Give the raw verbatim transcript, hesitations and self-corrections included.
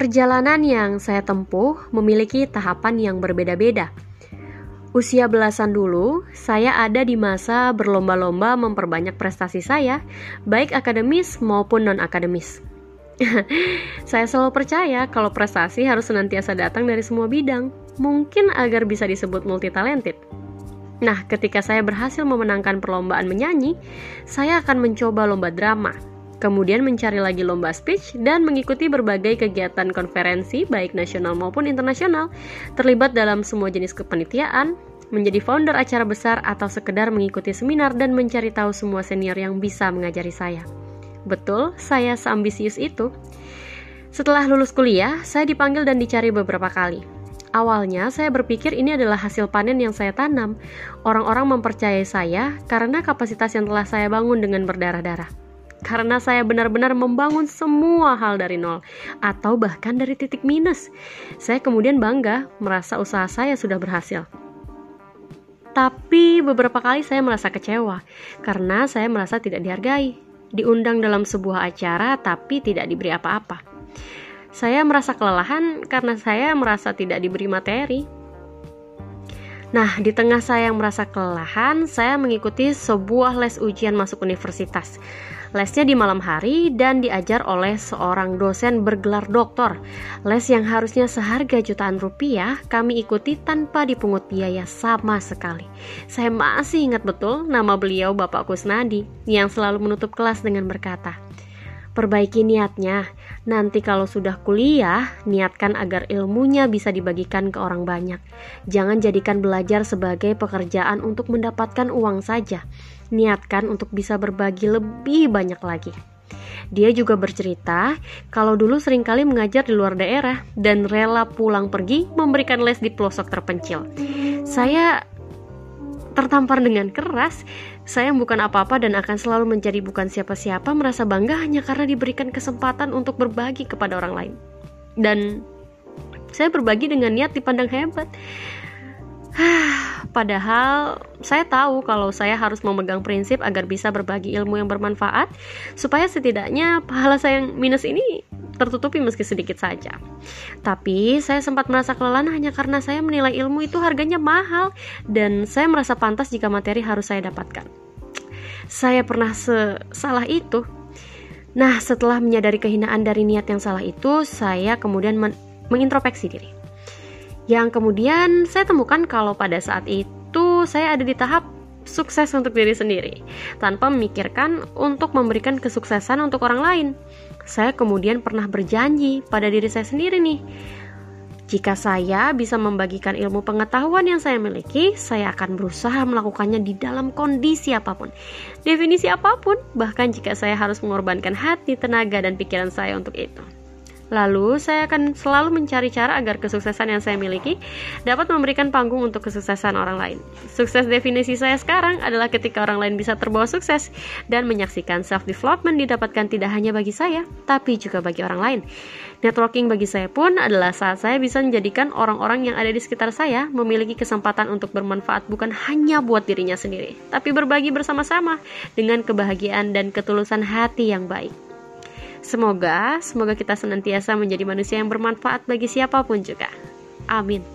Perjalanan yang saya tempuh memiliki tahapan yang berbeda-beda. Usia belasan dulu, saya ada di masa berlomba-lomba memperbanyak prestasi saya, baik akademis maupun non-akademis. Saya selalu percaya kalau prestasi harus senantiasa datang dari semua bidang, mungkin agar bisa disebut multi-talented. Nah, ketika saya berhasil memenangkan perlombaan menyanyi, saya akan mencoba lomba drama, kemudian mencari lagi lomba speech, dan mengikuti berbagai kegiatan konferensi, baik nasional maupun internasional, terlibat dalam semua jenis kepanitiaan, menjadi founder acara besar, atau sekedar mengikuti seminar dan mencari tahu semua senior yang bisa mengajari saya. Betul, saya seambisius itu. Setelah lulus kuliah, saya dipanggil dan dicari beberapa kali. Awalnya saya berpikir ini adalah hasil panen yang saya tanam. Orang-orang mempercayai saya karena kapasitas yang telah saya bangun dengan berdarah-darah. Karena saya benar-benar membangun semua hal dari nol, atau bahkan dari titik minus. Saya kemudian bangga merasa usaha saya sudah berhasil. Tapi beberapa kali saya merasa kecewa karena saya merasa tidak dihargai. Diundang dalam sebuah acara tapi tidak diberi apa-apa. Saya merasa kelelahan karena saya merasa tidak diberi materi. Nah, di tengah saya yang merasa kelelahan, saya mengikuti sebuah les ujian masuk universitas. Lesnya di malam hari dan diajar oleh seorang dosen bergelar doktor. Les yang harusnya seharga jutaan rupiah, kami ikuti tanpa dipungut biaya sama sekali. Saya masih ingat betul nama beliau Bapak Kusnadi, yang selalu menutup kelas dengan berkata, "Perbaiki niatnya, nanti kalau sudah kuliah, niatkan agar ilmunya bisa dibagikan ke orang banyak. Jangan jadikan belajar sebagai pekerjaan untuk mendapatkan uang saja. Niatkan untuk bisa berbagi lebih banyak lagi." Dia juga bercerita kalau dulu seringkali mengajar di luar daerah dan rela pulang pergi memberikan les di pelosok terpencil. Saya tertampar dengan keras. Saya bukan apa-apa dan akan selalu menjadi bukan siapa-siapa, merasa bangga hanya karena diberikan kesempatan untuk berbagi kepada orang lain. Dan saya berbagi dengan niat dipandang hebat. Padahal saya tahu kalau saya harus memegang prinsip agar bisa berbagi ilmu yang bermanfaat, supaya setidaknya pahala saya yang minus ini tertutupi meski sedikit saja. Tapi saya sempat merasa kelelahan hanya karena saya menilai ilmu itu harganya mahal, dan saya merasa pantas jika materi harus saya dapatkan. Saya pernah salah itu. Nah, setelah menyadari kehinaan dari niat yang salah itu, saya kemudian men- mengintrospeksi diri. Yang kemudian saya temukan kalau pada saat itu saya ada di tahap sukses untuk diri sendiri, tanpa memikirkan untuk memberikan kesuksesan untuk orang lain. Saya kemudian pernah berjanji pada diri saya sendiri nih, jika saya bisa membagikan ilmu pengetahuan yang saya miliki, saya akan berusaha melakukannya di dalam kondisi apapun, definisi apapun, bahkan jika saya harus mengorbankan hati, tenaga, dan pikiran saya untuk itu. Lalu saya akan selalu mencari cara agar kesuksesan yang saya miliki dapat memberikan panggung untuk kesuksesan orang lain. Sukses definisi saya sekarang adalah ketika orang lain bisa terbawa sukses dan menyaksikan self-development didapatkan tidak hanya bagi saya, tapi juga bagi orang lain. Networking bagi saya pun adalah saat saya bisa menjadikan orang-orang yang ada di sekitar saya memiliki kesempatan untuk bermanfaat bukan hanya buat dirinya sendiri, tapi berbagi bersama-sama dengan kebahagiaan dan ketulusan hati yang baik. Semoga, semoga kita senantiasa menjadi manusia yang bermanfaat bagi siapapun juga. Amin.